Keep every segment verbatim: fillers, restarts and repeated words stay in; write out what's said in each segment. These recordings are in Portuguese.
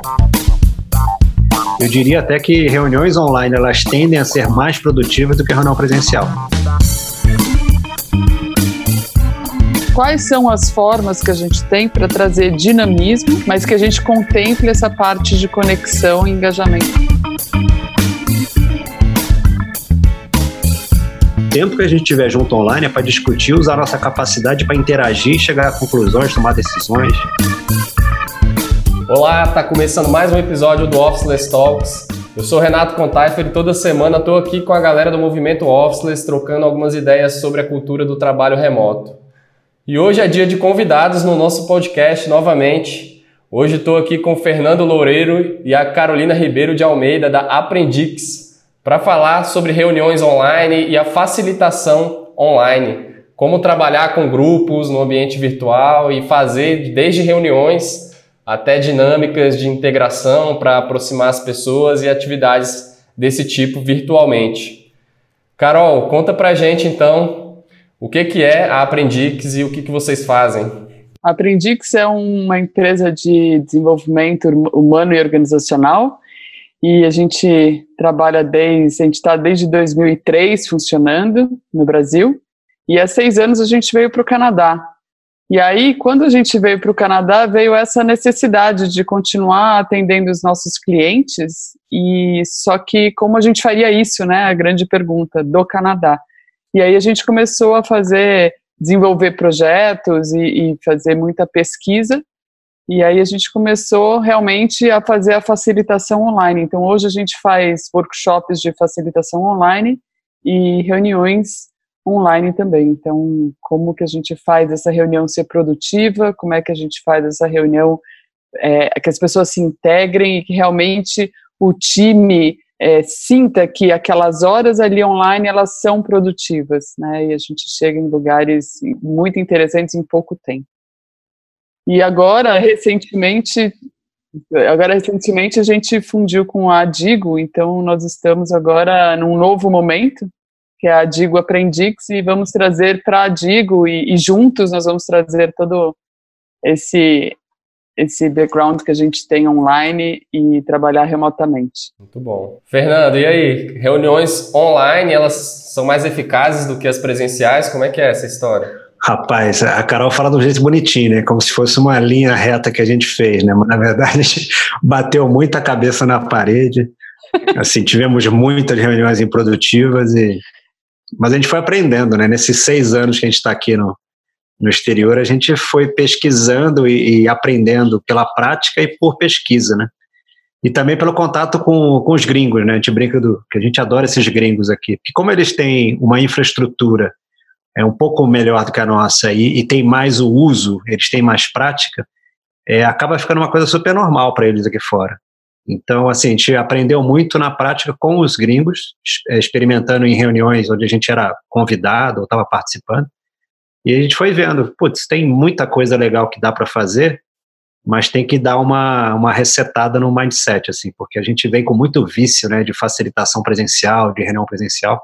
Eu diria até que reuniões online elas tendem a ser mais produtivas do que a reunião presencial. Quais são as formas que a gente tem para trazer dinamismo, mas que a gente contemple essa parte de conexão e engajamento? O tempo que a gente tiver junto online é para discutir, usar a nossa capacidade para interagir, chegar a conclusões, tomar decisões. Olá, tá começando mais um episódio do Officeless Talks. Eu sou Renato Contaifer e toda semana estou aqui com a galera do movimento Officeless trocando algumas ideias sobre a cultura do trabalho remoto. E hoje é dia de convidados no nosso podcast novamente. Hoje estou aqui com o Fernando Loureiro e a Carolina Ribeiro de Almeida da Aprendix para falar sobre reuniões online e a facilitação online. Como trabalhar com grupos no ambiente virtual e fazer desde reuniões até dinâmicas de integração para aproximar as pessoas e atividades desse tipo virtualmente. Carol, conta pra gente então o que, que é a Aprendix e o que, que vocês fazem. A Aprendix é uma empresa de desenvolvimento humano e organizacional e a gente trabalha desde, a gente está desde dois mil e três funcionando no Brasil e há seis anos a gente veio para o Canadá. E aí, quando a gente veio para o Canadá, veio essa necessidade de continuar atendendo os nossos clientes, e só que como a gente faria isso, né? A grande pergunta do Canadá. E aí a gente começou a fazer, desenvolver projetos e, e fazer muita pesquisa, e aí a gente começou realmente a fazer a facilitação online. Então hoje a gente faz workshops de facilitação online e reuniões online também. Então, como que a gente faz essa reunião ser produtiva, como é que a gente faz essa reunião, é, que as pessoas se integrem e que realmente o time é, sinta que aquelas horas ali online, elas são produtivas, né, e a gente chega em lugares muito interessantes em pouco tempo. E agora, recentemente, agora recentemente a gente fundiu com a Adigo, então nós estamos agora num novo momento, que é a Adigo Aprendix, e vamos trazer para a Adigo, e, e juntos nós vamos trazer todo esse, esse background que a gente tem online e trabalhar remotamente. Muito bom. Fernando, e aí? Reuniões online, elas são mais eficazes do que as presenciais? Como é que é essa história? Rapaz, a Carol fala de um jeito bonitinho, né? Como se fosse uma linha reta que a gente fez, né? Mas, na verdade, a gente bateu muita cabeça na parede. Assim, tivemos muitas reuniões improdutivas e... Mas a gente foi aprendendo, né? Nesses seis anos que a gente está aqui no, no exterior, a gente foi pesquisando e, e aprendendo pela prática e por pesquisa, né? E também pelo contato com, com os gringos, né? A gente brinca do, que a gente adora esses gringos aqui. Porque como eles têm uma infraestrutura é um pouco melhor do que a nossa e, e tem mais o uso, eles têm mais prática, é, acaba ficando uma coisa super normal para eles aqui fora. Então, assim, a gente aprendeu muito na prática com os gringos, experimentando em reuniões onde a gente era convidado ou estava participando, e a gente foi vendo, putz, tem muita coisa legal que dá para fazer, mas tem que dar uma, uma resetada no mindset, assim, porque a gente vem com muito vício, né, de facilitação presencial, de reunião presencial,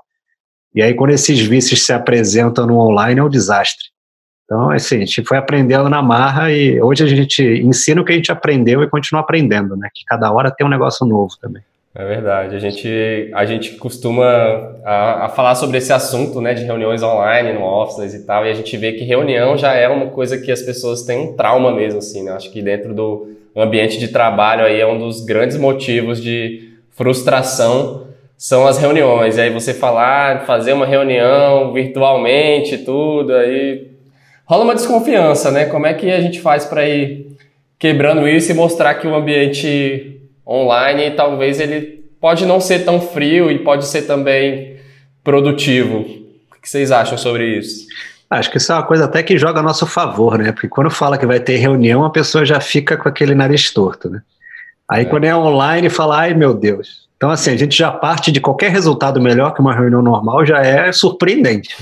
e aí quando esses vícios se apresentam no online é um desastre. Então, assim, a gente foi aprendendo na marra e hoje a gente ensina o que a gente aprendeu e continua aprendendo, né? Que cada hora tem um negócio novo também. É verdade. A gente, a gente costuma a, a falar sobre esse assunto, né, de reuniões online no Office e tal, e a gente vê que reunião já é uma coisa que as pessoas têm um trauma mesmo, assim, né? Acho que dentro do ambiente de trabalho aí é um dos grandes motivos de frustração são as reuniões. E aí você falar, fazer uma reunião virtualmente, tudo, aí... rola uma desconfiança, né? Como é que a gente faz para ir quebrando isso e mostrar que o ambiente online talvez ele pode não ser tão frio e pode ser também produtivo? O que vocês acham sobre isso? Acho que isso é uma coisa até que joga a nosso favor, né? Porque quando fala que vai ter reunião, a pessoa já fica com aquele nariz torto, né? Aí é. Quando é online, fala, ai meu Deus. Então, assim, a gente já parte de qualquer resultado melhor que uma reunião normal, já é surpreendente.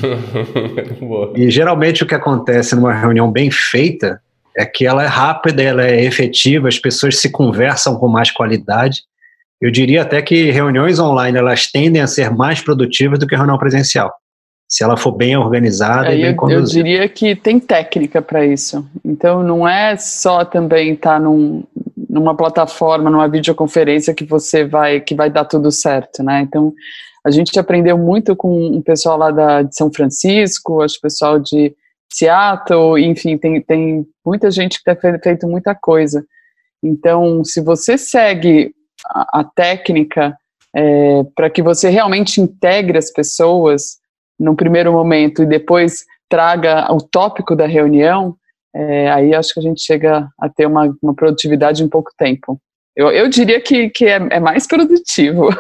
E geralmente o que acontece numa reunião bem feita é que ela é rápida, ela é efetiva, as pessoas se conversam com mais qualidade. Eu diria até que reuniões online, elas tendem a ser mais produtivas do que a reunião presencial, se ela for bem organizada é, e bem eu, conduzida. Eu diria que tem técnica para isso. Então, não é só também estar num, numa plataforma, numa videoconferência que você vai, que vai dar tudo certo, né? Então, a gente aprendeu muito com o pessoal lá da, de São Francisco, acho que o pessoal de Seattle, enfim, tem, tem muita gente que tem feito muita coisa. Então, se você segue a, a técnica é, para que você realmente integre as pessoas num primeiro momento e depois traga o tópico da reunião, é, aí acho que a gente chega a ter uma, uma produtividade em pouco tempo. Eu, eu diria que, que é, é mais produtivo.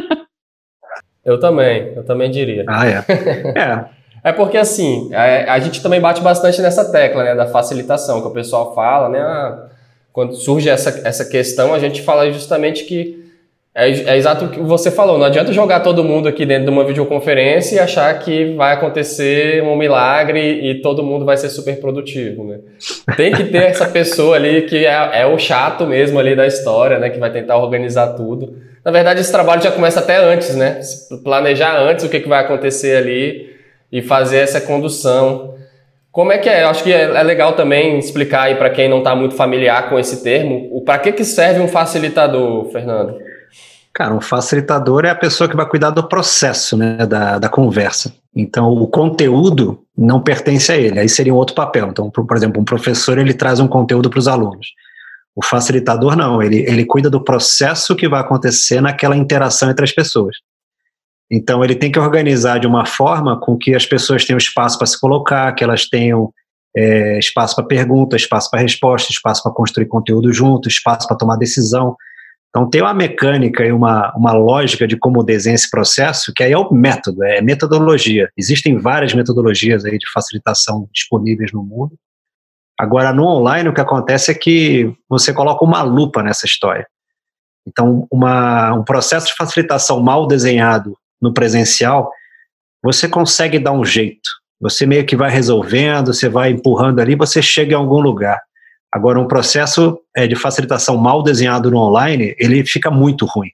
Eu também, eu também diria. Ah, é. É. É porque, assim, a, a gente também bate bastante nessa tecla, né, da facilitação, que o pessoal fala, né, ah, quando surge essa, essa questão, a gente fala justamente que é, é exato o que você falou, não adianta jogar todo mundo aqui dentro de uma videoconferência e achar que vai acontecer um milagre e todo mundo vai ser super produtivo, né? Tem que ter essa pessoa ali que é, é o chato mesmo ali da história, né, que vai tentar organizar tudo. Na verdade, esse trabalho já começa até antes, né? Planejar antes o que, que vai acontecer ali e fazer essa condução. Como é que é? Eu acho que é legal também explicar aí para quem não está muito familiar com esse termo, para que, que serve um facilitador, Fernando? Cara, um facilitador é a pessoa que vai cuidar do processo, né, da, da conversa. Então, o conteúdo não pertence a ele, aí seria um outro papel. Então, por, por exemplo, um professor, ele traz um conteúdo para os alunos. O facilitador não, ele, ele cuida do processo que vai acontecer naquela interação entre as pessoas. Então, ele tem que organizar de uma forma com que as pessoas tenham espaço para se colocar, que elas tenham é, espaço para pergunta, espaço para resposta, espaço para construir conteúdo junto, espaço para tomar decisão. Então, tem uma mecânica e uma, uma lógica de como desenha esse processo, que aí é o método, é metodologia. Existem várias metodologias aí de facilitação disponíveis no mundo. Agora, no online, o que acontece é que você coloca uma lupa nessa história. Então, uma, um processo de facilitação mal desenhado no presencial, você consegue dar um jeito. Você meio que vai resolvendo, você vai empurrando ali, você chega em algum lugar. Agora, um processo é, de facilitação mal desenhado no online, ele fica muito ruim.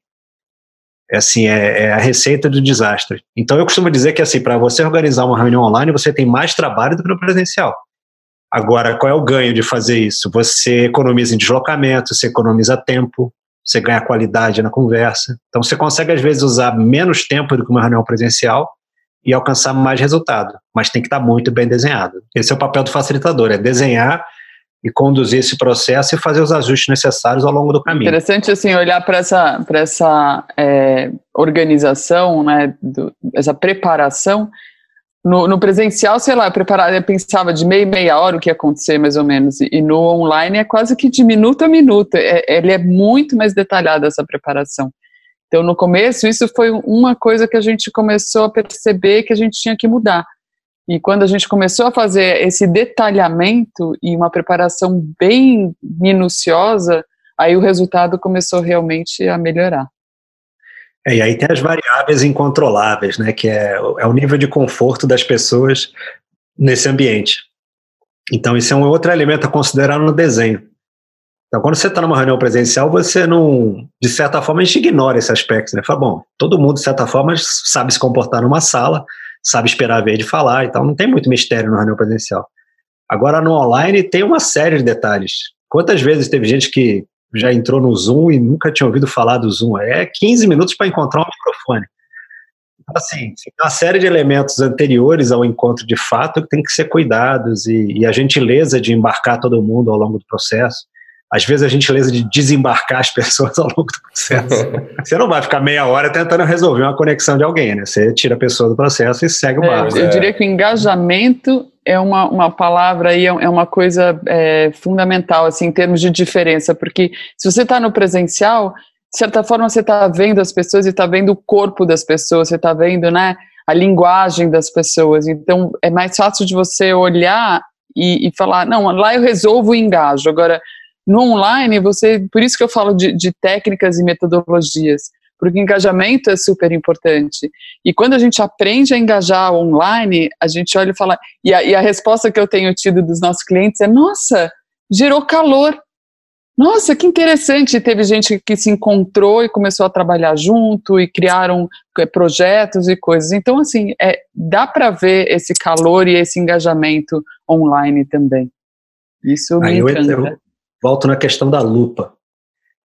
É, assim, é, é a receita do desastre. Então, eu costumo dizer que assim, para você organizar uma reunião online, você tem mais trabalho do que no presencial. Agora, qual é o ganho de fazer isso? Você economiza em deslocamento, você economiza tempo, você ganha qualidade na conversa. Então, você consegue, às vezes, usar menos tempo do que uma reunião presencial e alcançar mais resultado, mas tem que estar muito bem desenhado. Esse é o papel do facilitador, é desenhar e conduzir esse processo e fazer os ajustes necessários ao longo do caminho. Interessante, assim, olhar para essa, para essa é, organização, né, do, essa preparação. No, no presencial, sei lá, preparar, eu pensava de meia meia hora o que ia acontecer, mais ou menos, e no online é quase que de minuto a minuto, é, ele é muito mais detalhado, essa preparação. Então, no começo, isso foi uma coisa que a gente começou a perceber que a gente tinha que mudar. E quando a gente começou a fazer esse detalhamento e uma preparação bem minuciosa, aí o resultado começou realmente a melhorar. É, e aí tem as variáveis incontroláveis, né, que é, é o nível de conforto das pessoas nesse ambiente. Então, isso é um outro elemento a considerar no desenho. Então, quando você está numa reunião presencial, você não, de certa forma, a gente ignora esse aspecto, né? Fala, bom, todo mundo, de certa forma, sabe se comportar numa sala, sabe esperar a vez de falar, então não tem muito mistério na reunião presencial. Agora, no online, tem uma série de detalhes. Quantas vezes teve gente que já entrou no Zoom e nunca tinha ouvido falar do Zoom? É quinze minutos para encontrar um microfone. Então, assim, tem uma série de elementos anteriores ao encontro de fato que tem que ser cuidados e, e a gentileza de embarcar todo mundo ao longo do processo. Às vezes a gentileza de desembarcar as pessoas ao longo do processo. Você não vai ficar meia hora tentando resolver uma conexão de alguém, né? Você tira a pessoa do processo e segue o barco. É, eu diria que o engajamento é uma, uma palavra aí, é uma coisa é, fundamental, assim, em termos de diferença, porque se você está no presencial, de certa forma você está vendo as pessoas e está vendo o corpo das pessoas, você está vendo, né, a linguagem das pessoas, então é mais fácil de você olhar e, e falar, não, lá eu resolvo e engajo. Agora, no online, você, por isso que eu falo de, de técnicas e metodologias, porque engajamento é super importante. E quando a gente aprende a engajar online, a gente olha e fala, e a, e a resposta que eu tenho tido dos nossos clientes é, nossa, gerou calor. Nossa, que interessante. Teve gente que se encontrou e começou a trabalhar junto e criaram projetos e coisas. Então, assim, é, dá para ver esse calor e esse engajamento online também. Isso me encanta. Volto na questão da lupa.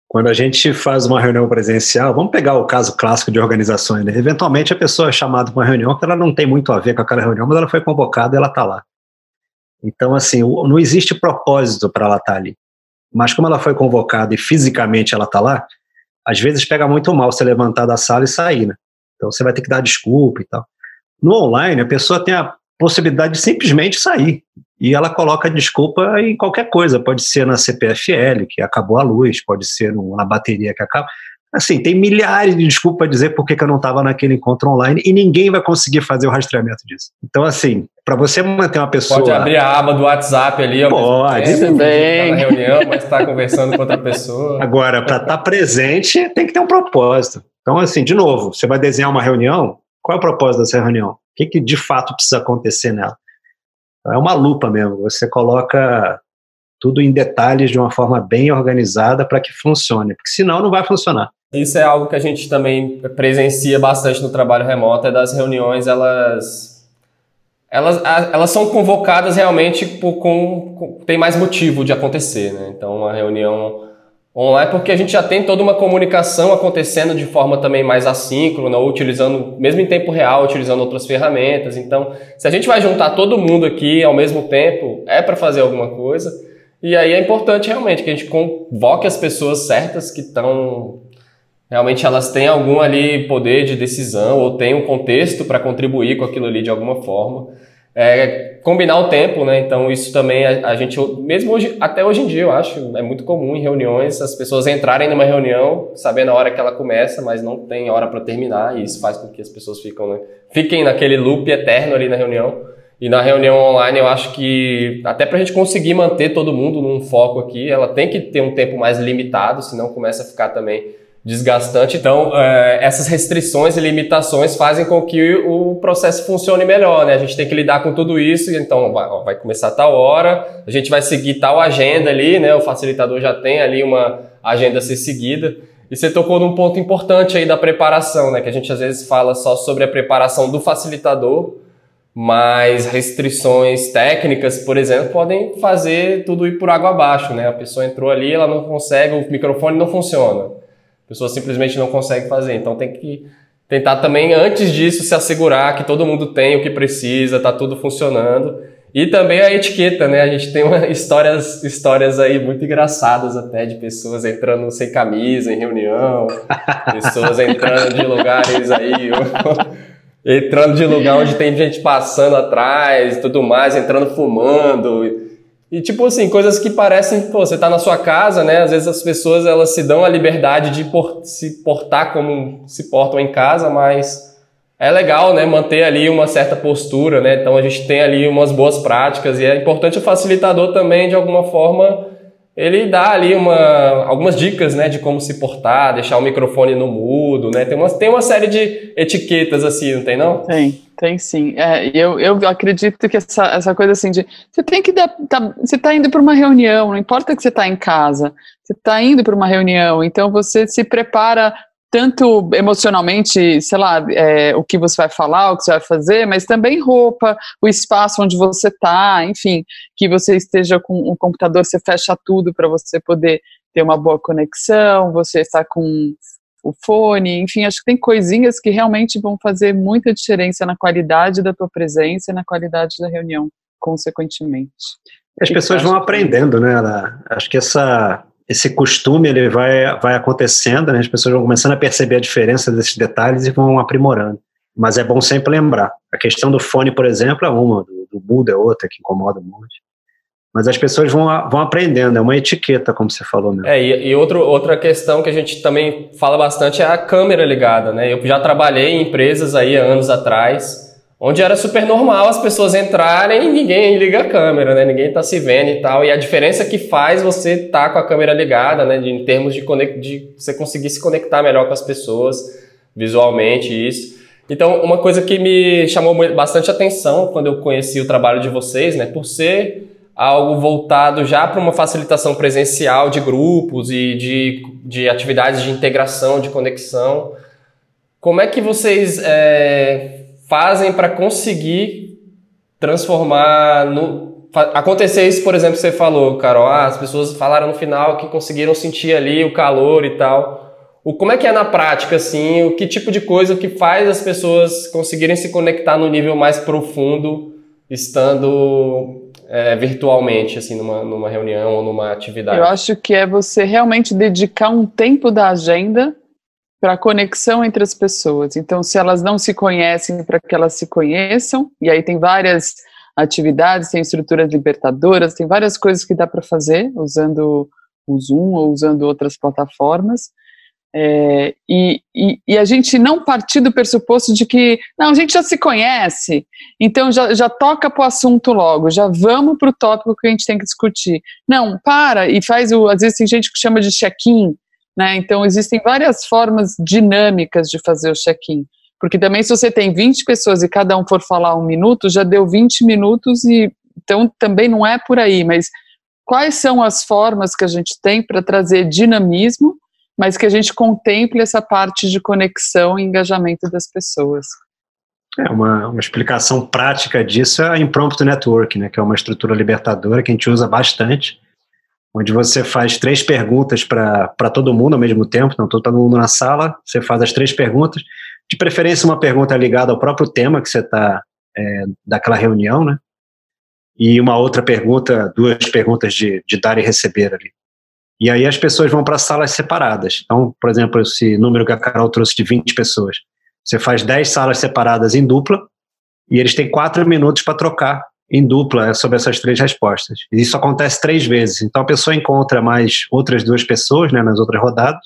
Quando a gente faz uma reunião presencial, vamos pegar o caso clássico de organizações, né? Eventualmente a pessoa é chamada para uma reunião que ela não tem muito a ver com aquela reunião, mas ela foi convocada e ela está lá. Então, assim, não existe propósito para ela estar ali. Mas como ela foi convocada e fisicamente ela está lá, às vezes pega muito mal você levantar da sala e sair, né? Então você vai ter que dar desculpa e tal. No online, a pessoa tem a possibilidade de simplesmente sair. E ela coloca desculpa em qualquer coisa. Pode ser na C P F L, que acabou a luz, pode ser na bateria que acaba. Assim, tem milhares de desculpas para dizer por que eu não estava naquele encontro online e ninguém vai conseguir fazer o rastreamento disso. Então, assim, para você manter uma pessoa... Pode abrir a aba do WhatsApp ali, ao pode, mesmo tempo, também. Tá na reunião, mas está conversando com outra pessoa. Agora, para estar presente, tem que ter um propósito. Então, assim, de novo, você vai desenhar uma reunião, qual é o propósito dessa reunião? O que, que de fato precisa acontecer nela? É uma lupa mesmo, você coloca tudo em detalhes de uma forma bem organizada para que funcione, porque senão não vai funcionar. Isso é algo que a gente também presencia bastante no trabalho remoto, é das reuniões, elas, elas, elas são convocadas realmente por, com, com, tem mais motivo de acontecer, né? Então, uma reunião online, porque a gente já tem toda uma comunicação acontecendo de forma também mais assíncrona, ou utilizando, mesmo em tempo real, utilizando outras ferramentas. Então, se a gente vai juntar todo mundo aqui ao mesmo tempo, é para fazer alguma coisa. E aí é importante realmente que a gente convoque as pessoas certas que estão... Realmente elas têm algum ali poder de decisão ou têm um contexto para contribuir com aquilo ali de alguma forma. É, combinar o tempo, né? Então isso também a, a gente, mesmo hoje, até hoje em dia eu acho, é muito comum em reuniões as pessoas entrarem numa reunião sabendo a hora que ela começa, mas não tem hora para terminar, e isso faz com que as pessoas ficam, né, fiquem naquele loop eterno ali na reunião. E na reunião online eu acho que até para a gente conseguir manter todo mundo num foco aqui, ela tem que ter um tempo mais limitado, senão começa a ficar também desgastante. Então, é, essas restrições e limitações fazem com que o processo funcione melhor, né? A gente tem que lidar com tudo isso, então vai, ó, vai começar tal hora, a gente vai seguir tal agenda ali, né? O facilitador já tem ali uma agenda a ser seguida. E você tocou num ponto importante aí da preparação, né? Que a gente às vezes fala só sobre a preparação do facilitador, mas restrições técnicas, por exemplo, podem fazer tudo ir por água abaixo, né? A pessoa entrou ali, ela não consegue, o microfone não funciona. A pessoa simplesmente não consegue fazer. Então tem que tentar também, antes disso, se assegurar que todo mundo tem o que precisa, tá tudo funcionando. E também a etiqueta, né? A gente tem uma, histórias, histórias aí muito engraçadas até de pessoas entrando sem camisa em reunião, pessoas entrando de lugares aí, entrando de lugar onde tem gente passando atrás e tudo mais, entrando fumando. E tipo assim, coisas que parecem, pô, você tá na sua casa, né? Às vezes as pessoas, elas se dão a liberdade de por, se portar como se portam em casa, mas é legal, né? Manter ali uma certa postura, né? Então a gente tem ali umas boas práticas e é importante o facilitador também, de alguma forma, ele dá ali uma, algumas dicas, né? De como se portar, deixar o microfone no mudo, né? Tem uma, tem uma série de etiquetas assim, não tem não? Tem. Tem sim. É, eu, eu acredito que essa, essa coisa assim de você tem que dar, tá, você está indo para uma reunião, não importa que você está em casa, você está indo para uma reunião, então você se prepara tanto emocionalmente, sei lá, é, o que você vai falar, o que você vai fazer, mas também roupa, o espaço onde você está, enfim, que você esteja com o computador, você fecha tudo para você poder ter uma boa conexão, você está com o fone, enfim, acho que tem coisinhas que realmente vão fazer muita diferença na qualidade da tua presença e na qualidade da reunião, consequentemente. As pessoas vão aprendendo, né? Acho que essa, esse costume ele vai, vai acontecendo, né? As pessoas vão começando a perceber a diferença desses detalhes e vão aprimorando. Mas é bom sempre lembrar. A questão do fone, por exemplo, é uma, do, do mudo é outra, que incomoda um monte. Mas as pessoas vão, vão aprendendo, é uma etiqueta, como você falou mesmo. É, e, e outro, outra questão que a gente também fala bastante é a câmera ligada, né? Eu já trabalhei em empresas aí há anos atrás, onde era super normal as pessoas entrarem e ninguém liga a câmera, né? Ninguém tá se vendo e tal. E a diferença que faz você tá com a câmera ligada, né? De, em termos de, conect, de você conseguir se conectar melhor com as pessoas, visualmente, isso. Então, uma coisa que me chamou bastante atenção quando eu conheci o trabalho de vocês, né? Por ser algo voltado já para uma facilitação presencial de grupos e de, de atividades de integração, de conexão. Como é que vocês é, fazem para conseguir transformar, no, acontecer isso, por exemplo, que você falou, Carol, ah, as pessoas falaram no final que conseguiram sentir ali o calor e tal. O, como é que é na prática, assim, o que tipo de coisa que faz as pessoas conseguirem se conectar no nível mais profundo, estando é, virtualmente, assim, numa, numa reunião ou numa atividade? Eu acho que é você realmente dedicar um tempo da agenda para a conexão entre as pessoas. Então, se elas não se conhecem, para que elas se conheçam, e aí tem várias atividades, tem estruturas libertadoras, tem várias coisas que dá para fazer usando o Zoom ou usando outras plataformas. É, e, e, e a gente não partir do pressuposto de que, não, a gente já se conhece, então já, já toca para o assunto logo, já vamos para o tópico que a gente tem que discutir. Não, para e faz o, às vezes tem gente que chama de check-in, né? Então existem várias formas dinâmicas de fazer o check-in, porque também se você tem vinte pessoas e cada um for falar um minuto, já deu vinte minutos, e então também não é por aí, mas quais são as formas que a gente tem para trazer dinamismo, mas que a gente contemple essa parte de conexão e engajamento das pessoas. É, uma, uma explicação prática disso é a Impromptu Network, né, que é uma estrutura libertadora que a gente usa bastante, onde você faz três perguntas para todo mundo ao mesmo tempo, então todo mundo na sala, você faz as três perguntas, de preferência uma pergunta ligada ao próprio tema que você está, é, daquela reunião, né, e uma outra pergunta, duas perguntas de, de dar e receber ali. E aí as pessoas vão para salas separadas. Então, por exemplo, esse número que a Carol trouxe de vinte pessoas, você faz dez salas separadas em dupla, e eles têm quatro minutos para trocar em dupla sobre essas três respostas. E isso acontece três vezes. Então a pessoa encontra mais outras duas pessoas, né, nas outras rodadas,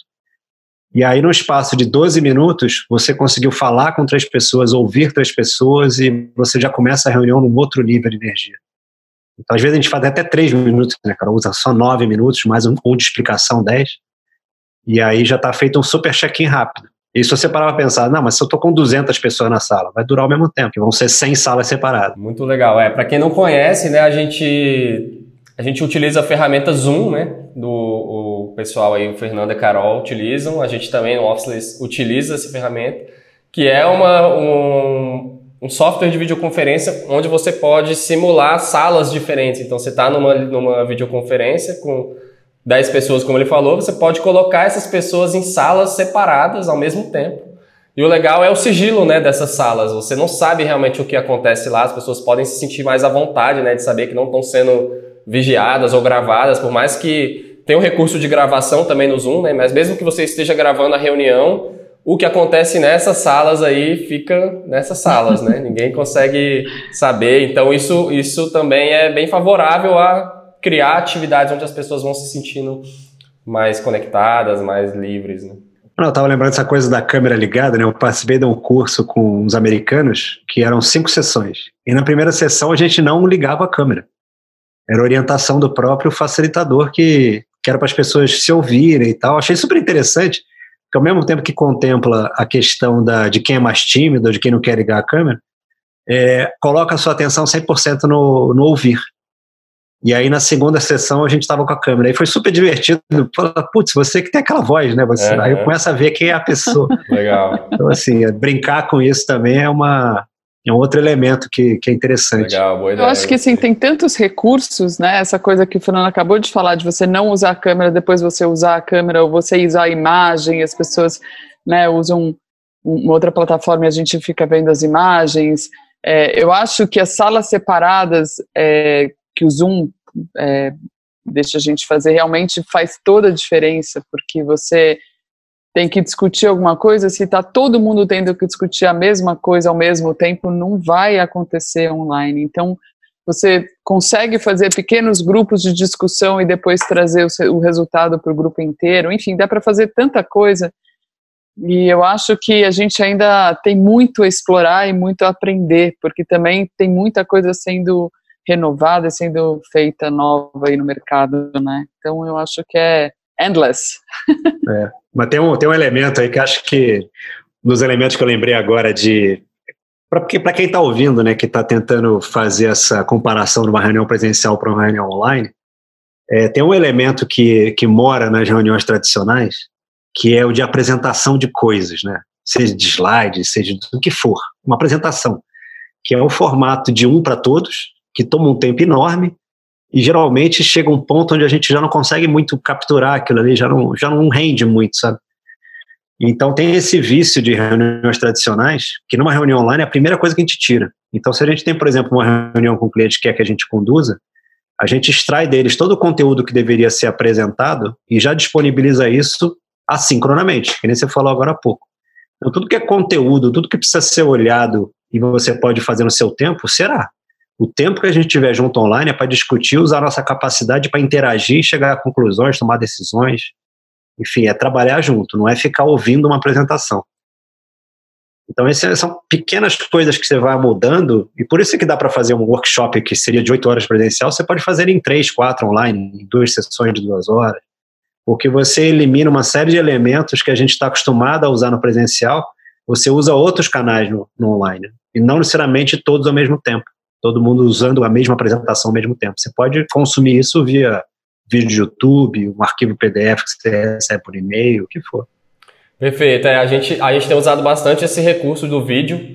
e aí no espaço de doze minutos, você conseguiu falar com três pessoas, ouvir três pessoas, e você já começa a reunião num outro nível de energia. Então às vezes a gente faz até três minutos, né, cara, usa só nove minutos, mais um, um de explicação, dez, e aí já está feito um super check-in rápido. E se você parar para pensar, não, mas se eu estou com duzentas pessoas na sala, vai durar ao mesmo tempo, que vão ser cem salas separadas. Muito legal. É, para quem não conhece, né, a gente, a gente utiliza a ferramenta Zoom, né, do o pessoal aí, o Fernando e a Carol utilizam, a gente também no Officeless utiliza essa ferramenta, que é uma, um, um software de videoconferência onde você pode simular salas diferentes. Então você está numa, numa videoconferência com dez pessoas, como ele falou, você pode colocar essas pessoas em salas separadas ao mesmo tempo. E o legal é o sigilo, né, dessas salas. Você não sabe realmente o que acontece lá, as pessoas podem se sentir mais à vontade, né, de saber que não estão sendo vigiadas ou gravadas, por mais que tenha um recurso de gravação também no Zoom, né, mas mesmo que você esteja gravando a reunião, o que acontece nessas salas aí fica nessas salas, né, ninguém consegue saber. Então isso, isso também é bem favorável a criar atividades onde as pessoas vão se sentindo mais conectadas, mais livres, né? Eu estava lembrando dessa coisa da câmera ligada, né? Eu participei de um curso com uns americanos que eram cinco sessões. E na primeira sessão a gente não ligava a câmera. Era orientação do próprio facilitador que, que era para as pessoas se ouvirem e tal. Achei super interessante, porque ao mesmo tempo que contempla a questão da, de quem é mais tímido, ou de quem não quer ligar a câmera, é, coloca a sua atenção cem por cento no, no ouvir. E aí na segunda sessão a gente estava com a câmera, aí foi super divertido, putz, você que tem aquela voz, né, você, é, aí eu começo a ver quem é a pessoa. Legal. Então assim, brincar com isso também é, uma, é um outro elemento que, que é interessante. Legal, boa ideia. Eu acho que assim, tem tantos recursos, né, essa coisa que o Fernando acabou de falar, de você não usar a câmera, depois você usar a câmera, ou você usar a imagem, as pessoas, né, usam uma outra plataforma e a gente fica vendo as imagens. É, eu acho que as salas separadas, é, que o Zoom é, deixa a gente fazer, realmente faz toda a diferença, porque você tem que discutir alguma coisa, se está todo mundo tendo que discutir a mesma coisa ao mesmo tempo, não vai acontecer online. Então, você consegue fazer pequenos grupos de discussão e depois trazer o, o resultado para o grupo inteiro. Enfim, dá para fazer tanta coisa. E eu acho que a gente ainda tem muito a explorar e muito a aprender, porque também tem muita coisa sendo renovada, sendo feita nova aí no mercado, né? Então eu acho que é endless. É, mas tem um, tem um elemento aí que acho que, nos elementos que eu lembrei agora de... Para quem está ouvindo, né, que está tentando fazer essa comparação de uma reunião presencial para uma reunião online, é, tem um elemento que, que mora nas reuniões tradicionais, que é o de apresentação de coisas, né? Seja de slides, seja do que for, uma apresentação, que é o formato de um para todos, que toma um tempo enorme, e geralmente chega um ponto onde a gente já não consegue muito capturar aquilo ali, já não, já não rende muito, sabe? Então tem esse vício de reuniões tradicionais, que numa reunião online é a primeira coisa que a gente tira. Então se a gente tem, por exemplo, uma reunião com o cliente que quer que a gente conduza, a gente extrai deles todo o conteúdo que deveria ser apresentado e já disponibiliza isso assincronamente, que nem você falou agora há pouco. Então tudo que é conteúdo, tudo que precisa ser olhado e você pode fazer no seu tempo, será. O tempo que a gente tiver junto online é para discutir, usar a nossa capacidade para interagir, chegar a conclusões, tomar decisões. Enfim, é trabalhar junto, não é ficar ouvindo uma apresentação. Então, essas são pequenas coisas que você vai mudando, e por isso que dá para fazer um workshop que seria de oito horas presencial, você pode fazer em três, quatro online, em duas sessões de duas horas, porque você elimina uma série de elementos que a gente está acostumado a usar no presencial, você usa outros canais no, no online, e não necessariamente todos ao mesmo tempo, todo mundo usando a mesma apresentação ao mesmo tempo. Você pode consumir isso via vídeo de YouTube, um arquivo P D F que você recebe por e-mail, o que for. Perfeito. É, a, gente, a gente tem usado bastante esse recurso do vídeo.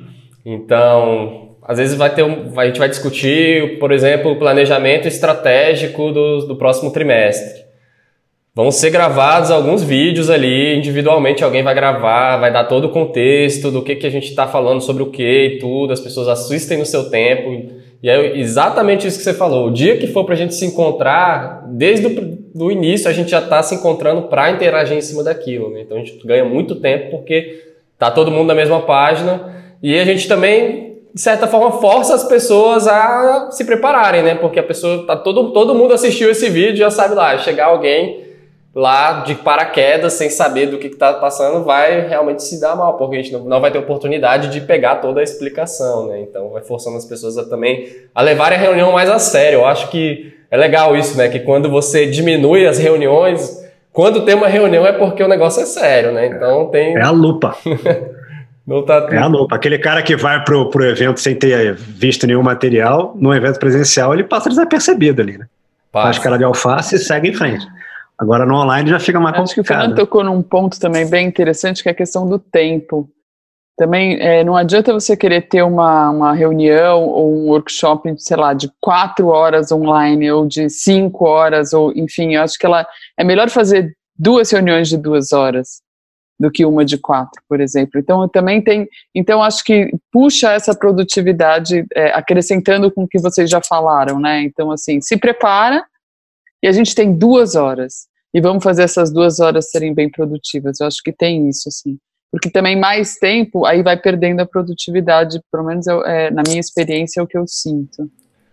Então, às vezes vai ter um, a gente vai discutir, por exemplo, o planejamento estratégico do, do próximo trimestre. Vão ser gravados alguns vídeos ali, individualmente alguém vai gravar, vai dar todo o contexto do que, que a gente está falando sobre o que e tudo, as pessoas assistem no seu tempo. E é exatamente isso que você falou. O dia que for para a gente se encontrar, desde o do início a gente já está se encontrando para interagir em cima daquilo, né? Então a gente ganha muito tempo porque tá todo mundo na mesma página e a gente também, de certa forma, força as pessoas a se prepararem, né? Porque a pessoa, tá todo, todo mundo assistiu esse vídeo e já sabe lá, chegar alguém lá de paraquedas sem saber do que está passando vai realmente se dar mal, porque a gente não, não vai ter oportunidade de pegar toda a explicação, né? Então vai forçando as pessoas a também a levarem a reunião mais a sério. Eu acho que é legal isso, né? Que quando você diminui as reuniões, quando tem uma reunião é porque o negócio é sério, né? Então tem... É a lupa. Não tá... É a lupa. Aquele cara que vai pro, pro evento sem ter visto nenhum material, no evento presencial ele passa desapercebido ali, né? Passa. Faz cara de alface e segue em frente. Agora no online já fica mais complicado. Acho que o Fernando tocou num ponto também bem interessante, que é a questão do tempo. Também é, não adianta você querer ter uma, uma reunião ou um workshop, sei lá, de quatro horas online ou de cinco horas, ou enfim, eu acho que ela é melhor fazer duas reuniões de duas horas do que uma de quatro, por exemplo. Então também tem, então acho que puxa essa produtividade, é, acrescentando com o que vocês já falaram, né? Então assim, se prepara. E a gente tem duas horas, e vamos fazer essas duas horas serem bem produtivas. Eu acho que tem isso, assim. Porque também mais tempo, aí vai perdendo a produtividade, pelo menos eu, é, na minha experiência é o que eu sinto.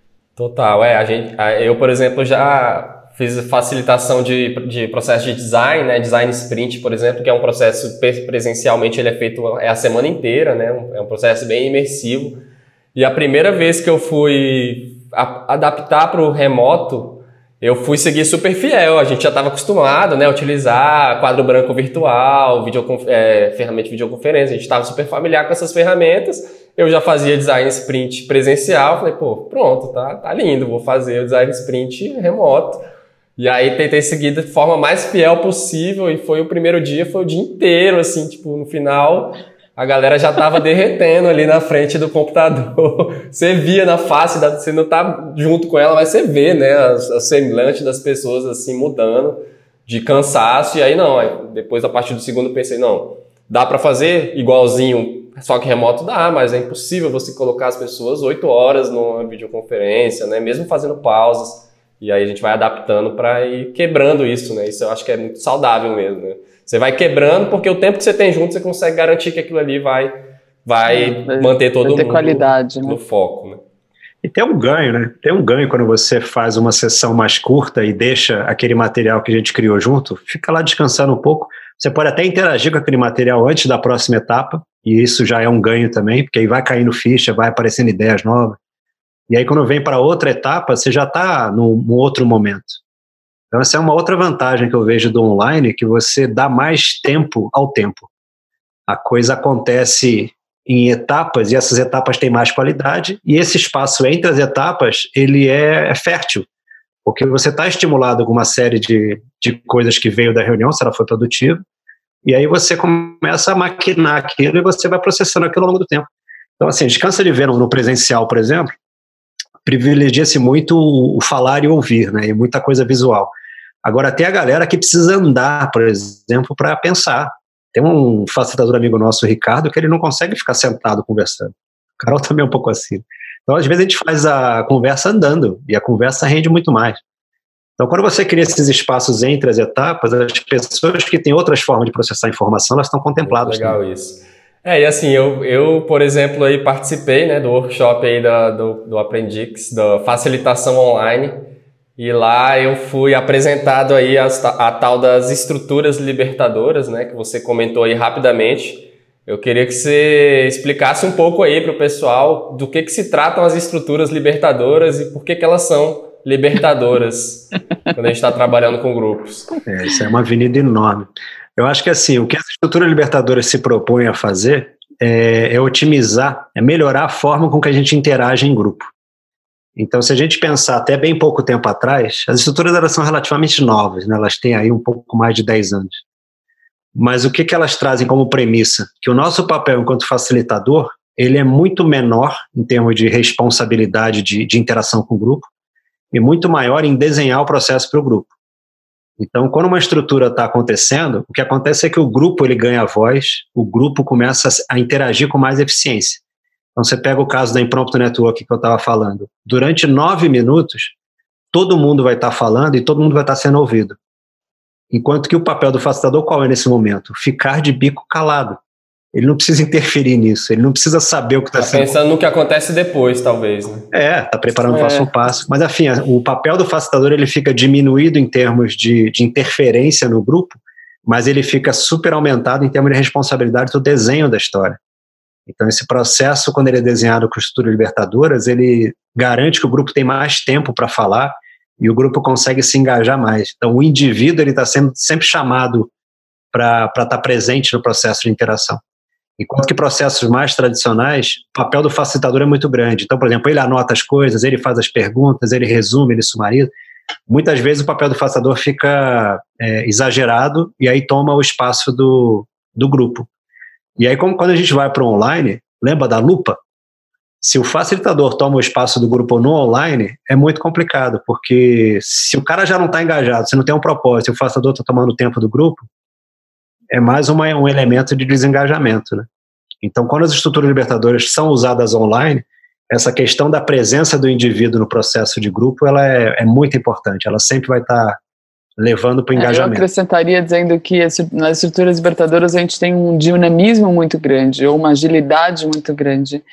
Total, é, a gente, eu, por exemplo, já fiz facilitação de, de processo de design, né, design sprint, por exemplo, que é um processo presencialmente, ele é feito é a semana inteira, né, é um processo bem imersivo. E a primeira vez que eu fui a, adaptar para o remoto, eu fui seguir super fiel, a gente já estava acostumado, né, a utilizar quadro branco virtual, videoconf- é, ferramenta de videoconferência, a gente estava super familiar com essas ferramentas, eu já fazia design sprint presencial, falei, pô, pronto, tá, tá lindo, vou fazer o design sprint remoto. E aí tentei seguir da forma mais fiel possível e foi o primeiro dia, foi o dia inteiro, assim, tipo, no final... A galera já tava derretendo ali na frente do computador. Você via na face, da, você não tá junto com ela, mas você vê, né, a, a semblante das pessoas assim mudando de cansaço. E aí não, aí, depois a partir do segundo eu pensei, não, dá para fazer igualzinho, só que remoto dá, mas é impossível você colocar as pessoas oito horas numa videoconferência, né, mesmo fazendo pausas. E aí a gente vai adaptando para ir quebrando isso, né, isso eu acho que é muito saudável mesmo, né. Você vai quebrando, porque o tempo que você tem junto, você consegue garantir que aquilo ali vai, vai é, manter todo vai ter mundo qualidade, no né? foco. Né? E tem um ganho, né? Tem um ganho quando você faz uma sessão mais curta e deixa aquele material que a gente criou junto, fica lá descansando um pouco. Você pode até interagir com aquele material antes da próxima etapa, e isso já é um ganho também, porque aí vai caindo ficha, vai aparecendo ideias novas. E aí quando vem para outra etapa, você já está num, num outro momento. Então essa é uma outra vantagem que eu vejo do online, que você dá mais tempo ao tempo. A coisa acontece em etapas, e essas etapas têm mais qualidade, e esse espaço entre as etapas, ele é, é fértil, porque você está estimulado com uma série de, de coisas que veio da reunião, se ela foi produtiva, e aí você começa a maquinar aquilo e você vai processando aquilo ao longo do tempo. Então assim, a gente cansa de ver no presencial, por exemplo, privilegia-se muito o, o falar e ouvir, né? E muita coisa visual. Agora, tem a galera que precisa andar, por exemplo, para pensar. Tem um facilitador amigo nosso, o Ricardo, que ele não consegue ficar sentado conversando. O Carol também é um pouco assim. Então, às vezes, a gente faz a conversa andando, e a conversa rende muito mais. Então, quando você cria esses espaços entre as etapas, as pessoas que têm outras formas de processar informação, elas estão contempladas. Legal também. Isso. É, e assim, eu, eu por exemplo, aí participei, né, do workshop aí da, do, do Aprendix, da facilitação online, e lá eu fui apresentado aí a, a tal das estruturas libertadoras, né, que você comentou aí rapidamente. Eu queria que você explicasse um pouco aí para o pessoal do que, que se tratam as estruturas libertadoras e por que, que elas são libertadoras quando a gente está trabalhando com grupos. É, isso é uma avenida enorme. Eu acho que assim, o que as estruturas libertadoras se propõem a fazer é, é otimizar, é melhorar a forma com que a gente interage em grupo. Então, se a gente pensar até bem pouco tempo atrás, as estruturas elas são relativamente novas, né? Elas têm aí um pouco mais de dez anos. Mas o que, que elas trazem como premissa? Que o nosso papel enquanto facilitador, ele é muito menor em termos de responsabilidade de, de interação com o grupo e muito maior em desenhar o processo para o grupo. Então, quando uma estrutura está acontecendo, o que acontece é que o grupo ele ganha voz, o grupo começa a interagir com mais eficiência. Então, você pega o caso da Impromptu Network que eu estava falando. Durante nove minutos, todo mundo vai estar tá falando e todo mundo vai estar tá sendo ouvido. Enquanto que o papel do facilitador qual é nesse momento? Ficar de bico calado. Ele não precisa interferir nisso, ele não precisa saber o que está tá sendo... pensando no que acontece depois, talvez, né? É, está preparando o é. passo a passo. Mas, enfim, o papel do facilitador ele fica diminuído em termos de, de interferência no grupo, mas ele fica super aumentado em termos de responsabilidade do desenho da história. Então, esse processo, quando ele é desenhado com estruturas libertadoras, ele garante que o grupo tem mais tempo para falar e o grupo consegue se engajar mais. Então, o indivíduo está sendo sempre chamado para estar tá presente no processo de interação. Enquanto que processos mais tradicionais, o papel do facilitador é muito grande. Então, por exemplo, ele anota as coisas, ele faz as perguntas, ele resume, ele sumariza. Muitas vezes o papel do facilitador fica é, exagerado e aí toma o espaço do, do grupo. E aí, como quando a gente vai para o online, lembra da lupa? Se o facilitador toma o espaço do grupo no online, é muito complicado, porque se o cara já não está engajado, se não tem um propósito, se o facilitador está tomando o tempo do grupo, é mais uma, um elemento de desengajamento, né? Então, quando as estruturas libertadoras são usadas online, essa questão da presença do indivíduo no processo de grupo, ela é, é muito importante, ela sempre vai estar tá levando para o engajamento. Eu acrescentaria dizendo que nas estruturas libertadoras a gente tem um dinamismo muito grande, ou uma agilidade muito grande,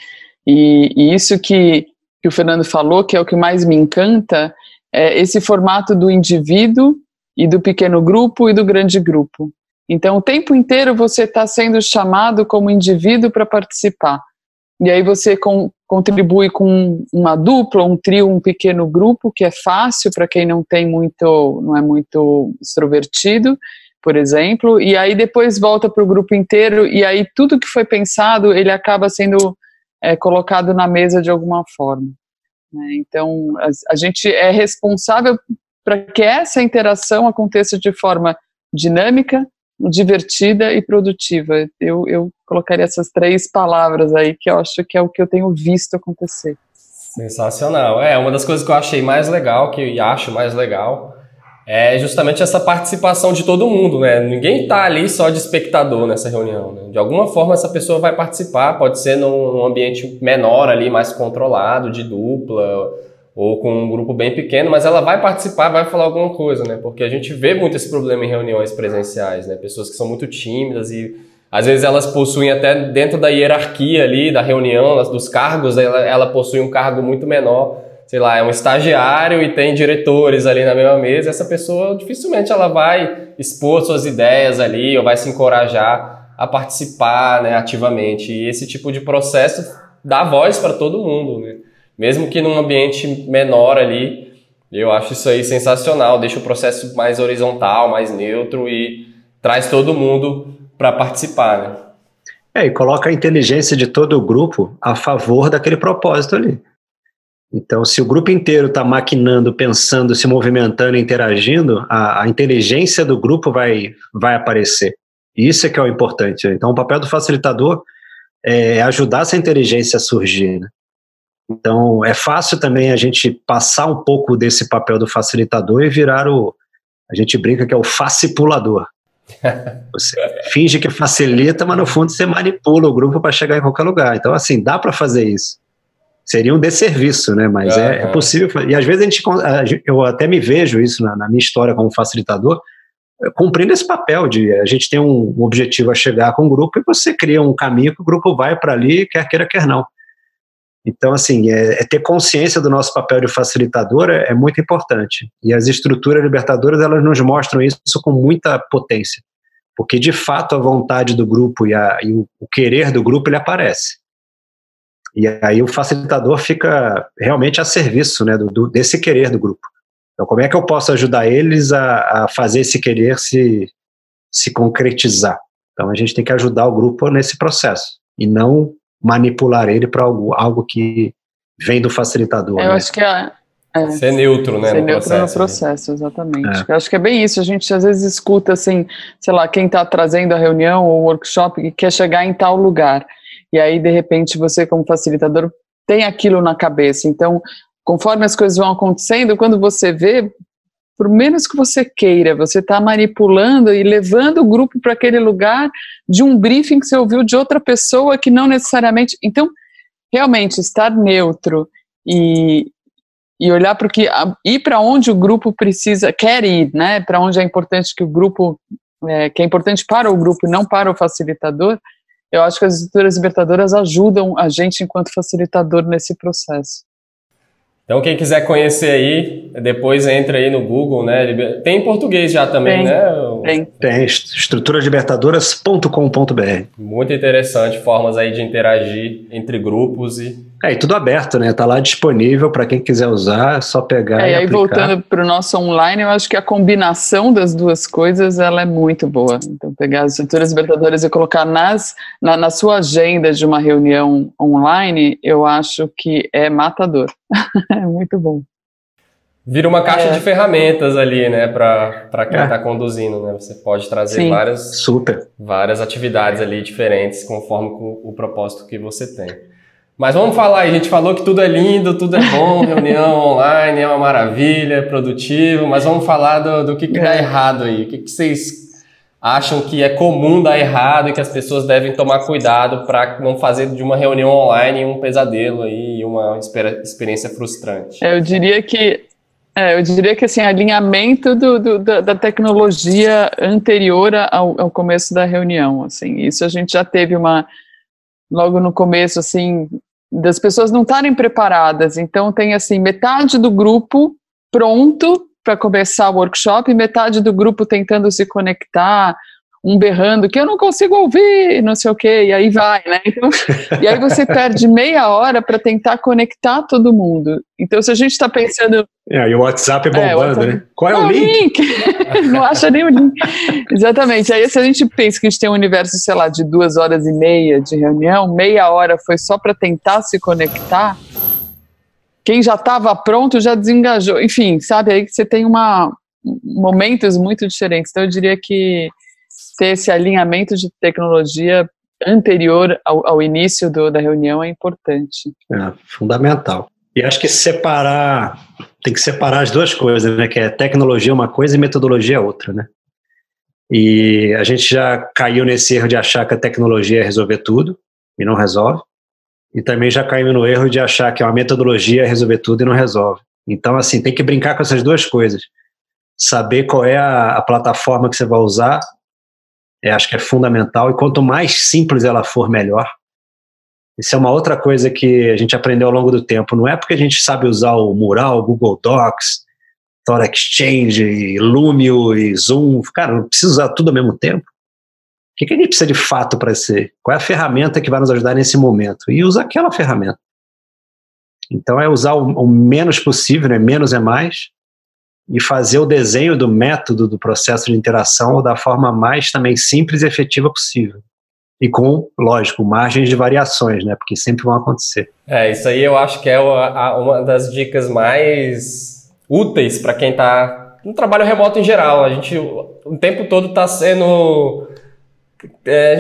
e, e isso que, que o Fernando falou, que é o que mais me encanta, é esse formato do indivíduo e do pequeno grupo e do grande grupo. Então, o tempo inteiro você está sendo chamado como indivíduo para participar. E aí você com, contribui com uma dupla, um trio, um pequeno grupo, que é fácil para quem não tem muito, não é muito extrovertido, por exemplo. E aí depois volta para o grupo inteiro e aí tudo que foi pensado, ele acaba sendo é, colocado na mesa de alguma forma. Né? Então, a, a gente é responsável para que essa interação aconteça de forma dinâmica, divertida e produtiva. Eu, eu colocaria essas três palavras aí, que eu acho que é o que eu tenho visto acontecer. Sensacional. É, uma das coisas que eu achei mais legal, que eu acho mais legal, é justamente essa participação de todo mundo, né? Ninguém tá ali só de espectador nessa reunião, né? De alguma forma essa pessoa vai participar, pode ser num ambiente menor ali, mais controlado, de dupla, ou com um grupo bem pequeno, mas ela vai participar, vai falar alguma coisa, né? Porque a gente vê muito esse problema em reuniões presenciais, né? Pessoas que são muito tímidas e, às vezes, elas possuem até dentro da hierarquia ali, da reunião, dos cargos, ela, ela possui um cargo muito menor, sei lá, é um estagiário e tem diretores ali na mesma mesa, essa pessoa, dificilmente ela vai expor suas ideias ali, ou vai se encorajar a participar, né, ativamente. E esse tipo de processo dá voz para todo mundo, né? Mesmo que num ambiente menor ali, eu acho isso aí sensacional, deixa o processo mais horizontal, mais neutro e traz todo mundo para participar, né? É, e coloca a inteligência de todo o grupo a favor daquele propósito ali. Então, se o grupo inteiro está maquinando, pensando, se movimentando, interagindo, a, a inteligência do grupo vai, vai aparecer. E isso é que é o importante. Então, o papel do facilitador é ajudar essa inteligência a surgir, né? Então, é fácil também a gente passar um pouco desse papel do facilitador e virar o... A gente brinca que é o fascipulador. Você finge que facilita, mas no fundo você manipula o grupo para chegar em qualquer lugar. Então, assim, dá para fazer isso. Seria um desserviço, né? Mas uhum. é, é possível. E às vezes a gente, eu até me vejo isso na, na minha história como facilitador, cumprindo esse papel de a gente tem um, um objetivo a chegar com o grupo e você cria um caminho que o grupo vai para ali, quer queira, quer não. Então, assim, é, é ter consciência do nosso papel de facilitador é, é muito importante. E as estruturas libertadoras, elas nos mostram isso com muita potência. Porque, de fato, a vontade do grupo e, a, e o, o querer do grupo, ele aparece. E aí o facilitador fica realmente a serviço, né, do, do, desse querer do grupo. Então, como é que eu posso ajudar eles a, a fazer esse querer se, se concretizar? Então, a gente tem que ajudar o grupo nesse processo. E não manipular ele para algo, algo que vem do facilitador. Eu né? acho que é, é ser neutro, né, ser no neutro processo. no processo, exatamente. É. Eu acho que é bem isso. A gente às vezes escuta assim, sei lá, quem está trazendo a reunião ou o workshop que quer chegar em tal lugar. E aí, de repente, você como facilitador tem aquilo na cabeça. Então, conforme as coisas vão acontecendo, quando você vê, por menos que você queira, você está manipulando e levando o grupo para aquele lugar de um briefing que você ouviu de outra pessoa que não necessariamente... Então, realmente, estar neutro e, e olhar para o que... ir para onde o grupo precisa, quer ir, né? Para onde é importante que o grupo... É, que é importante para o grupo e não para o facilitador, eu acho que as estruturas libertadoras ajudam a gente enquanto facilitador nesse processo. Então, quem quiser conhecer aí, depois entra aí no Google, né? Tem em português já também, tem, né? Tem. Tem, estruturas libertadoras ponto com ponto b r. Muito interessante, formas aí de interagir entre grupos e... É, e tudo aberto, né? Tá lá disponível para quem quiser usar, é só pegar é, e aí aplicar. Voltando para o nosso online, eu acho que a combinação das duas coisas, ela é muito boa. Então, pegar as estruturas libertadoras e colocar nas, na, na sua agenda de uma reunião online, eu acho que é matador. É muito bom. Vira uma caixa é. de ferramentas ali, né, para quem está é. conduzindo, né? Você pode trazer Sim. várias, Super. várias atividades ali diferentes, conforme com o propósito que você tem. Mas vamos falar aí, a gente falou que tudo é lindo, tudo é bom, reunião online é uma maravilha, produtivo, mas vamos falar do, do que, que dá errado aí. O que, que vocês acham que é comum dar errado e que as pessoas devem tomar cuidado para não fazer de uma reunião online um pesadelo aí, uma experiência frustrante? Eu diria que É, eu diria que assim, alinhamento do, do, da, da tecnologia anterior ao, ao começo da reunião, assim, isso a gente já teve uma, logo no começo, assim, das pessoas não estarem preparadas, então tem assim, metade do grupo pronto para começar o workshop e metade do grupo tentando se conectar, um berrando que eu não consigo ouvir, não sei o que, e aí vai, né? Então, e aí você perde meia hora para tentar conectar todo mundo. Então, se a gente está pensando... É, e o WhatsApp bombando, é, o WhatsApp, né? Qual é o link? link? Não acha nem o link. Exatamente. Aí, se a gente pensa que a gente tem um universo, sei lá, de duas horas e meia de reunião, meia hora foi só para tentar se conectar, quem já estava pronto já desengajou. Enfim, sabe? Aí que você tem uma, momentos muito diferentes. Então, eu diria que ter esse alinhamento de tecnologia anterior ao, ao início do, da reunião é importante. É, fundamental. E acho que separar, tem que separar as duas coisas, né? Que é tecnologia uma coisa e metodologia outra, né? E a gente já caiu nesse erro de achar que a tecnologia ia resolver tudo, e não resolve. E também já caímos no erro de achar que uma metodologia ia resolver tudo e não resolve. Então, assim, tem que brincar com essas duas coisas. Saber qual é a, a plataforma que você vai usar, eu acho que é fundamental, e quanto mais simples ela for, melhor. Isso é uma outra coisa que a gente aprendeu ao longo do tempo. Não é porque a gente sabe usar o Mural, o Google Docs, Thought Exchange, Lumio e Zoom. Cara, não precisa usar tudo ao mesmo tempo. O que, que a gente precisa de fato para ser? Qual é a ferramenta que vai nos ajudar nesse momento? E usa aquela ferramenta. Então é usar o, o menos possível, né? Menos é mais, e fazer o desenho do método do processo de interação da forma mais também simples e efetiva possível. E com, lógico, margens de variações, né? Porque sempre vão acontecer. É, isso aí eu acho que é a, a, uma das dicas mais úteis para quem está no trabalho remoto em geral. A gente o tempo todo está sendo... É, a gente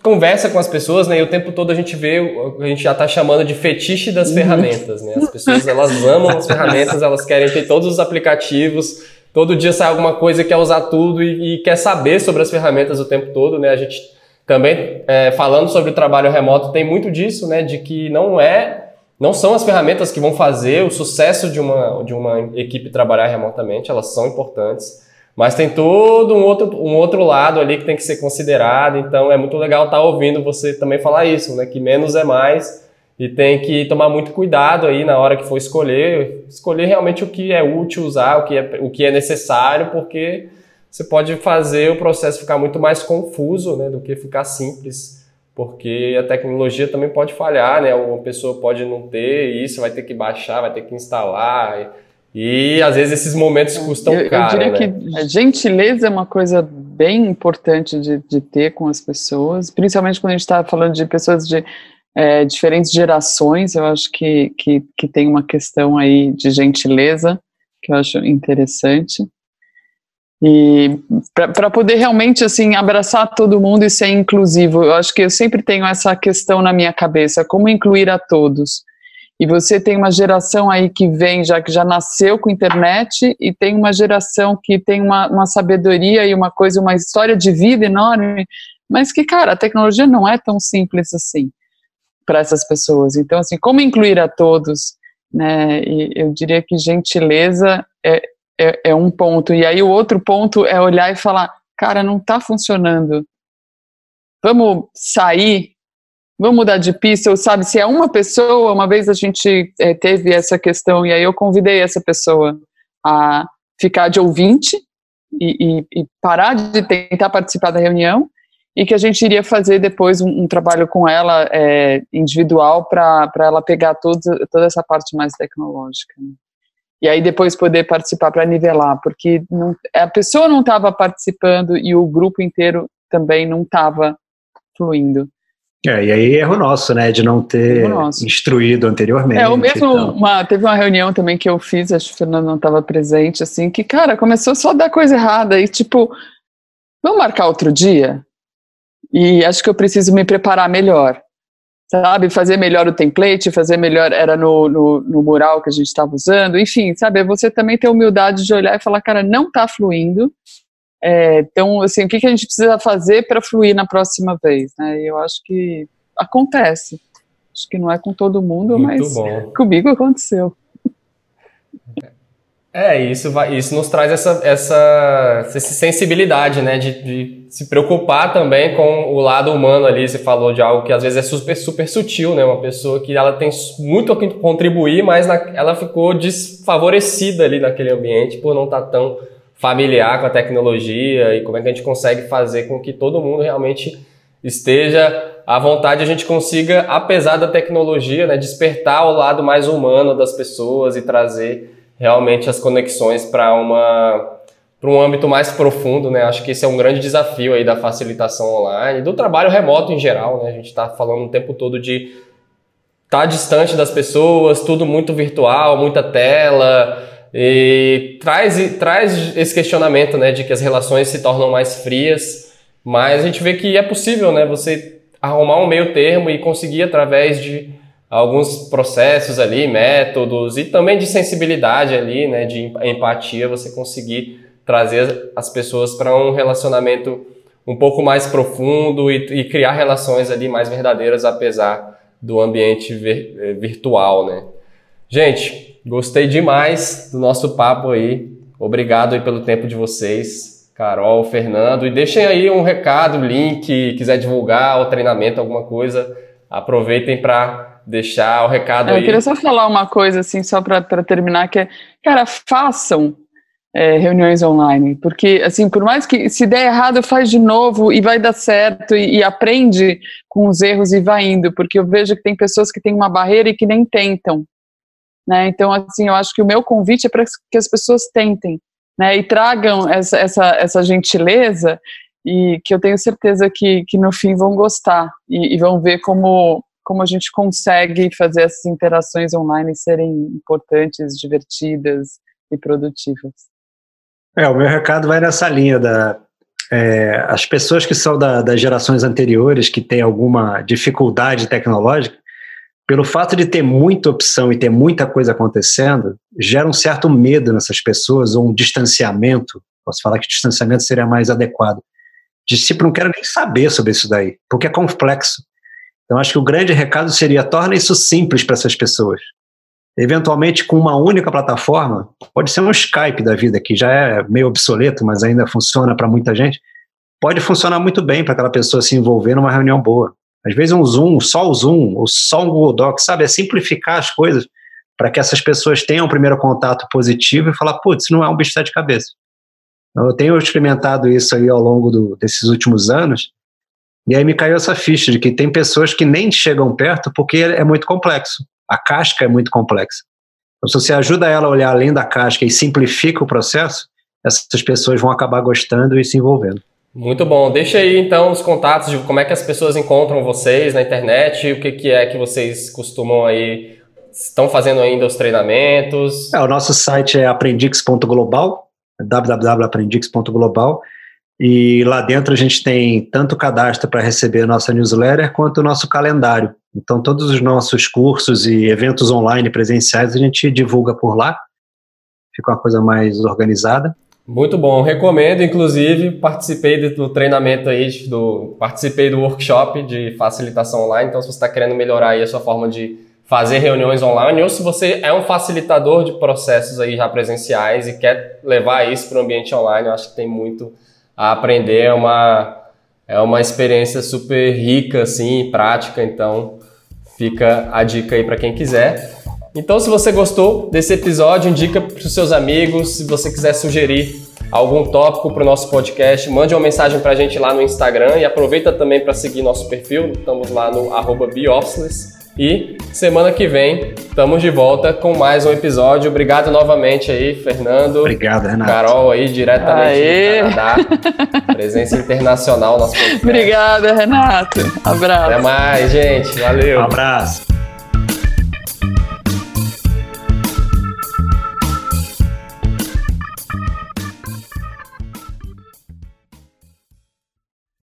conversa com as pessoas, né, e o tempo todo a gente vê, a gente já está chamando de fetiche das uhum. ferramentas, né, as pessoas, elas amam as ferramentas, elas querem ter todos os aplicativos, todo dia sai alguma coisa, quer usar tudo e, e quer saber sobre as ferramentas o tempo todo, né, a gente também, é, falando sobre o trabalho remoto, tem muito disso, né, de que não é, não são as ferramentas que vão fazer o sucesso de uma, de uma equipe trabalhar remotamente, elas são importantes, mas tem todo um outro, um outro lado ali que tem que ser considerado, então é muito legal estar ouvindo você também falar isso, né? Que menos é mais e tem que tomar muito cuidado aí na hora que for escolher, escolher realmente o que é útil usar, o que é, o que é necessário, porque você pode fazer o processo ficar muito mais confuso, né? Do que ficar simples, porque a tecnologia também pode falhar, né? Uma pessoa pode não ter isso, vai ter que baixar, vai ter que instalar. E, às vezes, esses momentos custam eu, caro, Eu diria né? que a gentileza é uma coisa bem importante de, de ter com as pessoas, principalmente quando a gente está falando de pessoas de é, diferentes gerações. Eu acho que, que, que tem uma questão aí de gentileza, que eu acho interessante. E para poder realmente, assim, abraçar todo mundo e ser inclusivo, eu acho que eu sempre tenho essa questão na minha cabeça, como incluir a todos. E você tem uma geração aí que vem, já que já nasceu com internet, e tem uma geração que tem uma, uma sabedoria e uma coisa, uma história de vida enorme, mas que, cara, a tecnologia não é tão simples assim para essas pessoas. Então, assim, como incluir a todos, né? E eu diria que gentileza é, é, é um ponto. E aí o outro ponto é olhar e falar, cara, não está funcionando. Vamos sair. Vamos mudar de pista, ou sabe, se é uma pessoa, uma vez a gente é, teve essa questão, e aí eu convidei essa pessoa a ficar de ouvinte e, e, e parar de tentar participar da reunião, e que a gente iria fazer depois um, um trabalho com ela é, individual para ela pegar todo, toda essa parte mais tecnológica. Né? E aí depois poder participar para nivelar, porque não, a pessoa não estava participando e o grupo inteiro também não estava fluindo. É, e aí erro nosso, né, de não ter instruído anteriormente. É, o mesmo, uma, teve uma reunião também que eu fiz, acho que o Fernando não estava presente, assim, que, cara, começou só a dar coisa errada, e tipo, vamos marcar outro dia? E acho que eu preciso me preparar melhor, sabe, fazer melhor o template, fazer melhor, era no, no, no mural que a gente estava usando, enfim, sabe, você também ter humildade de olhar e falar, cara, não está fluindo, É, então, assim, o que, que a gente precisa fazer para fluir na próxima vez, né? Eu acho que acontece. Acho que não é com todo mundo, Muito mas bom. Comigo aconteceu. É, isso, vai, isso nos traz essa, essa, essa sensibilidade, né? De, de se preocupar também com o lado humano ali. Você falou de algo que às vezes é super, super sutil, né? Uma pessoa que ela tem muito a contribuir, mas na, ela ficou desfavorecida ali naquele ambiente por não estar tão familiar com a tecnologia, e como é que a gente consegue fazer com que todo mundo realmente esteja à vontade, a gente consiga, apesar da tecnologia, né, despertar o lado mais humano das pessoas e trazer realmente as conexões para uma para um âmbito mais profundo, né? Acho que esse é um grande desafio aí da facilitação online, do trabalho remoto em geral, né? A gente está falando o tempo todo de estar tá distante das pessoas, tudo muito virtual, muita tela. E traz, traz esse questionamento, né, de que as relações se tornam mais frias, mas a gente vê que é possível, né, você arrumar um meio termo e conseguir, através de alguns processos ali, métodos, e também de sensibilidade ali, né, de empatia, você conseguir trazer as pessoas para um relacionamento um pouco mais profundo e, e criar relações ali mais verdadeiras, apesar do ambiente vir, virtual, né. Gente, gostei demais do nosso papo aí. Obrigado aí pelo tempo de vocês, Carol, Fernando. E deixem aí um recado, link, quiser divulgar o treinamento, alguma coisa, aproveitem para deixar o recado aí. Eu queria só falar uma coisa, assim, só para terminar, que é, cara, façam é, reuniões online, porque, assim, por mais que se der errado, faz de novo e vai dar certo, e, e aprende com os erros e vai indo, porque eu vejo que tem pessoas que têm uma barreira e que nem tentam. Né? Então, assim, eu acho que o meu convite é para que as pessoas tentem, né? E tragam essa, essa, essa gentileza, e que eu tenho certeza que, que no fim vão gostar e, e vão ver como, como a gente consegue fazer essas interações online serem importantes, divertidas e produtivas. É, o meu recado vai nessa linha da, é, as pessoas que são da, das gerações anteriores, que têm alguma dificuldade tecnológica, pelo fato de ter muita opção e ter muita coisa acontecendo, gera um certo medo nessas pessoas, ou um distanciamento, posso falar que distanciamento seria mais adequado, de tipo, não quero nem saber sobre isso daí, porque é complexo. Então, acho que o grande recado seria, torna isso simples para essas pessoas. Eventualmente, com uma única plataforma, pode ser um Skype da vida, que já é meio obsoleto, mas ainda funciona para muita gente, pode funcionar muito bem para aquela pessoa se envolver numa reunião boa. Às vezes um Zoom, só o Zoom, ou só um Google Docs, sabe? É simplificar as coisas para que essas pessoas tenham um primeiro contato positivo e falar, putz, não é um bicho de sete cabeças. Eu tenho experimentado isso aí ao longo do, desses últimos anos, e aí me caiu essa ficha de que tem pessoas que nem chegam perto porque é muito complexo. A casca é muito complexa. Então, se você ajuda ela a olhar além da casca e simplifica o processo, essas pessoas vão acabar gostando e se envolvendo. Muito bom. Deixa aí, então, os contatos de como é que as pessoas encontram vocês na internet, o que, que é que vocês costumam aí, estão fazendo ainda os treinamentos. É, o nosso site é aprendix ponto global, w w w ponto aprendix ponto global, e lá dentro a gente tem tanto cadastro para receber a nossa newsletter, quanto o nosso calendário. Então, todos os nossos cursos e eventos online presenciais a gente divulga por lá, fica uma coisa mais organizada. Muito bom, recomendo, inclusive, participei do treinamento aí, do, participei do workshop de facilitação online, então se você está querendo melhorar aí a sua forma de fazer reuniões online, ou se você é um facilitador de processos aí já presenciais e quer levar isso para o ambiente online, eu acho que tem muito a aprender, é uma, é uma experiência super rica, assim, prática, então fica a dica aí para quem quiser. Então, se você gostou desse episódio, indica para os seus amigos. Se você quiser sugerir algum tópico para o nosso podcast, mande uma mensagem para a gente lá no Instagram e aproveita também para seguir nosso perfil. Estamos lá no arroba beofficeless. E semana que vem estamos de volta com mais um episódio. Obrigado novamente aí, Fernando. Obrigado, Renato. Carol aí, diretamente Aê. do Canadá. Presença internacional no nosso podcast. Obrigada, Renato. Abraço. Até mais, gente. Valeu. Um abraço.